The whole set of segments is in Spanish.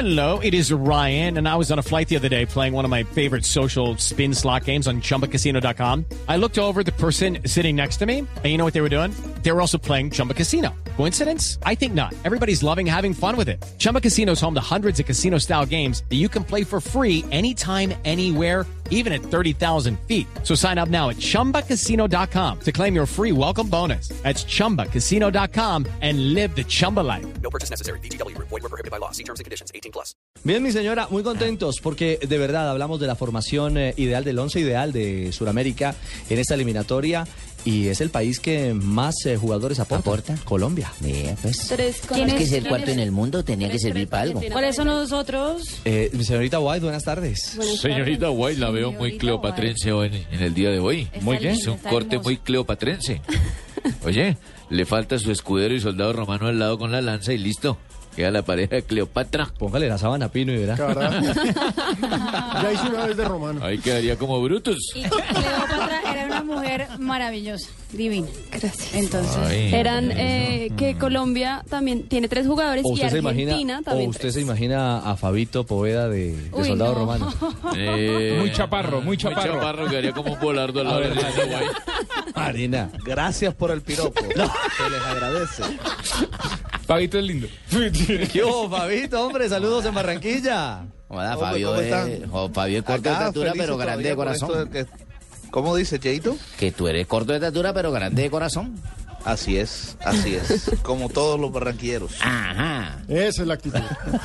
Hello, it is Ryan, and I was on a flight the other day playing one of my favorite social spin slot games on ChumbaCasino.com. I looked over at the person sitting next to me, and you know what they were doing? They were also playing Chumba Casino. Coincidence? I think not. Everybody's loving having fun with it. Chumba Casino is home to hundreds of casino-style games that you can play for free anytime, anywhere, even at 30,000 feet. So sign up now at ChumbaCasino.com to claim your free welcome bonus. That's ChumbaCasino.com and live the Chumba life. No purchase necessary. VGW. Void were prohibited by law. See terms and conditions. 18+. Bien, mi señora, muy contentos porque de verdad hablamos de la formación ideal, del 11 ideal de Sudamérica en esta eliminatoria y es el país que más jugadores aporta. Colombia. Mira, pues. Tienes que ser cuarto en el mundo, tenía que servir para algo. ¿Cuáles son nosotros? Mi señorita White, buenas tardes. Señorita White, la veo muy cleopatrense hoy en el día de hoy. Muy bien. Es un corte muy cleopatrense. Oye, le falta su escudero y soldado romano al lado con la lanza y listo. Queda la pareja de Cleopatra. Póngale la sábana a Pino y verá. Ya hice una vez de romano. Ahí quedaría como Brutus. Y Cleopatra era una mujer maravillosa, divina. Gracias. Entonces, Eran que Colombia también tiene 3 jugadores y Argentina también. ¿O usted se imagina a Fabito Poveda de soldado romano? Muy chaparro. Muy chaparro, quedaría como un volardo al lado de la White. Marina, gracias por el piropo. Se les agradece. Fabito es lindo. ¿Qué hubo, Fabito, hombre? Saludos en Barranquilla. Hola, Fabio es corto de estatura, pero grande de corazón. ¿Cómo dice, Cheito? Que tú eres corto de estatura, pero grande de corazón. Así es. Como todos los barranquilleros. Ajá. Esa es la actitud.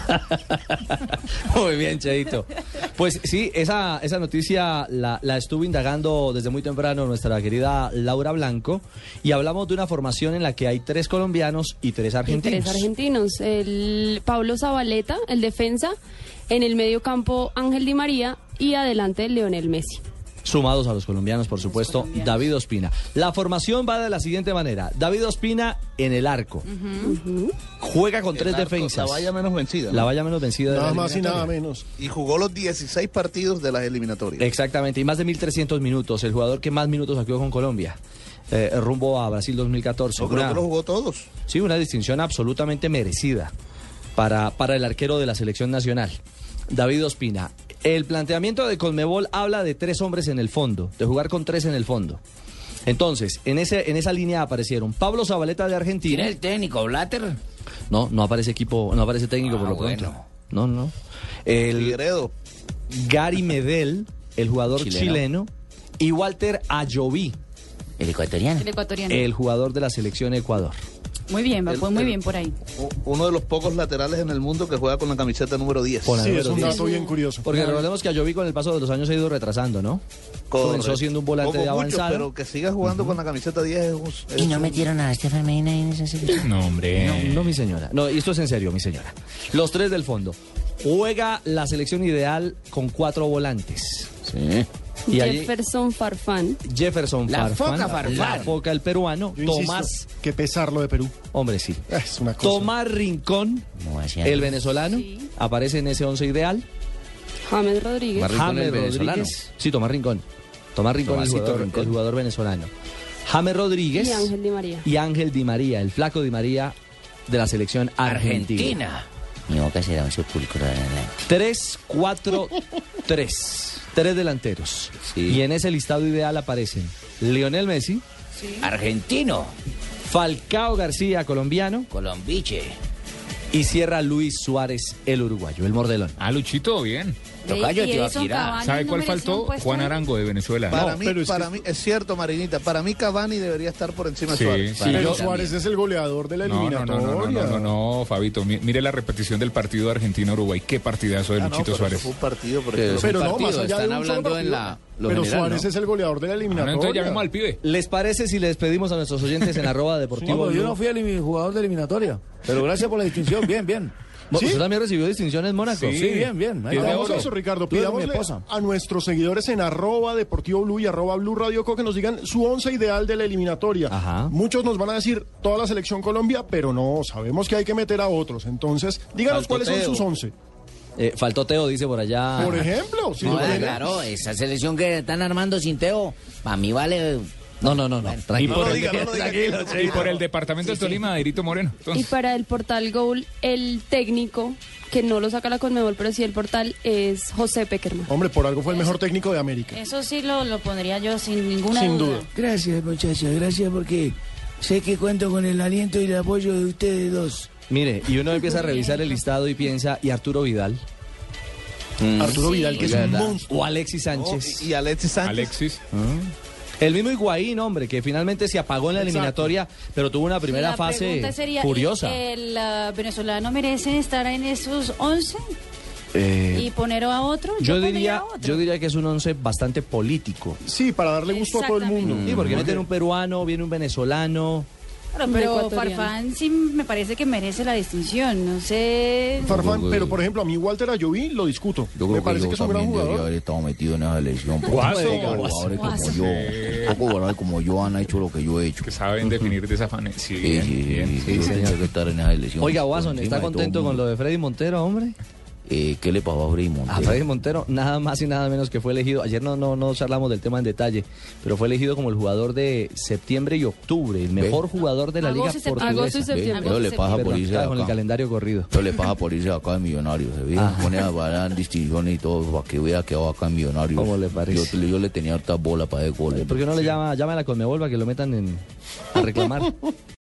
Muy bien, Cheito. Pues sí, esa noticia la estuvo indagando desde muy temprano nuestra querida Laura Blanco y hablamos de una formación en la que hay 3 colombianos y 3 argentinos. 3 argentinos. El Pablo Zabaleta, el defensa, en el medio campo Ángel Di María y adelante Lionel Messi. Sumados a los colombianos, por supuesto, David Ospina. La formación va de la siguiente manera. David Ospina en el arco. Juega con 3 defensas. La valla menos vencida. La valla menos vencida. Nada más y nada menos. Y jugó los 16 partidos de las eliminatorias. Exactamente, y más de 1.300 minutos. El jugador que más minutos saqueó con Colombia. Rumbo a Brasil 2014. Yo creo que lo jugó todos. Sí, una distinción absolutamente merecida para el arquero de la selección nacional. David Ospina. El planteamiento de Conmebol habla de 3 hombres en el fondo, de jugar con 3 en el fondo. Entonces, en esa línea aparecieron Pablo Zabaleta de Argentina. ¿Quién es el técnico, Blatter? No aparece técnico por lo pronto. No. El Figueredo. Gary Medel, el jugador chileno, y Walter Ayoví. El ecuatoriano. El jugador de la selección Ecuador. Muy bien, fue muy bien por ahí. Uno de los pocos laterales en el mundo que juega con la camiseta número 10. Sí, es un dato bien curioso. Porque recordemos que Ayoví con el paso de los años se ha ido retrasando, ¿no? Comenzó siendo un volante de avanzada. Pero que siga jugando con la camiseta 10 es ¿Y no metieron a Estefan Medina en esa selección? No, hombre. No, mi señora. No, y esto es en serio, mi señora. Los 3 del fondo. Juega la selección ideal con 4 volantes. Sí. Y Jefferson Farfán. La foca Farfán. La foca, el peruano. Yo Tomás. insisto, que pesarlo de Perú. Hombre, sí. Es una cosa. Tomás Rincón, el venezolano, aparece en ese 11 ideal. James Rodríguez. James Rodríguez. Sí, Tomás Rincón. El jugador venezolano. James Rodríguez. Y Ángel Di María. Y Ángel Di María, el flaco Di María de la selección argentina. Mi boca será un sepulcro de adelante. 3-4-3. 3 delanteros. Sí. Y en ese listado ideal aparecen Lionel Messi. Sí. Argentino. Falcao García, colombiano. Colombiche. Y cierra Luis Suárez, el uruguayo, el mordelón. Luchito, bien. Tocayo Tibaquirá. ¿Sabe cuál faltó? Juan Arango de Venezuela. Para mí, es cierto, Marinita, para mí Cavani debería estar por encima de Suárez. Sí, pero Suárez es el goleador de la eliminatoria. No, Fabito, mire la repetición del partido de Argentina-Uruguay. Qué partidazo de Luchito Suárez. Fue un partido, pero no, más allá están de un hablando solo en la... Pero Suárez es el goleador de la eliminatoria. Entonces llamemos al pibe. ¿Les parece si le despedimos a nuestros oyentes en @deportivo? Yo no fui el jugador de eliminatoria, pero gracias por la distinción, bien. ¿Sí? ¿Usted también recibió distinción en Mónaco? Sí, bien. Hagamos eso, Ricardo. Pidámosle a nuestros seguidores en @Deportivo Blue y @Blue Radio Co que nos digan su 11 ideal de la eliminatoria. Ajá. Muchos nos van a decir toda la selección Colombia, pero no, sabemos que hay que meter a otros. Entonces, díganos cuáles son sus 11. Faltó Teo, dice por allá. Por ejemplo. Claro, esa selección que están armando sin Teo, para mí vale No. Tranquilo. Y por el departamento del Tolima, Dairito Moreno. Y Entonces, para el portal Goal, el técnico, que no lo saca la Conmebol, pero sí el portal, es José Peckerman. Hombre, por algo fue el mejor técnico de América. Eso sí lo pondría yo sin ninguna Sin duda. Gracias, muchachos, gracias porque sé que cuento con el aliento y el apoyo de ustedes dos. Mire, y uno empieza a revisar el listado y piensa, ¿y Arturo Vidal? Arturo Vidal, que es un monstruo. O Alexis Sánchez. Y Alexis Sánchez. Alexis. El mismo Higuaín, hombre, que finalmente se apagó en la eliminatoria, pero tuvo una primera La fase pregunta sería, furiosa. ¿el venezolano merece estar en esos 11 y poner a otro? Yo pondría a otro. diría que es un 11 bastante político. Sí, para darle gusto a todo el mundo. Sí, porque meten un peruano, viene un venezolano. Pero ecuatoriano. Farfán sí me parece que merece la distinción. No sé. Farfán, pero por ejemplo, a mí Walter Ayoví lo discuto. Yo Me creo parece que es un gran jugador. haber estado metido en esa elección. Guaso. Jugadores como yo, pocos jugadores como yo han hecho lo que yo he hecho. Que saben definir de esa manera. Sí, bien, bien. Sí, tenía que estar en esa elección. Oiga, Watson, Por ¿está encima de todo contento el con mundo. lo de Freddy Montero, hombre? ¿Qué le pasó a Freddy Montero? A Freddy Montero, nada más y nada menos que fue elegido, ayer no charlamos del tema en detalle, pero fue elegido como el jugador de septiembre y octubre, el mejor jugador de la Liga Agosto y Portuguesa. septiembre. Eso le pasa por Perdón, irse estaba con el acá. calendario corrido. Eso le pasa por irse acá de Millonarios. Se ve, pone a dar distinciones y todo para que hubiera quedado acá en Millonarios. ¿Cómo le parece? Yo le tenía harta bola para el gol. ¿Por qué no le llama a la Conmebol para que lo metan a reclamar?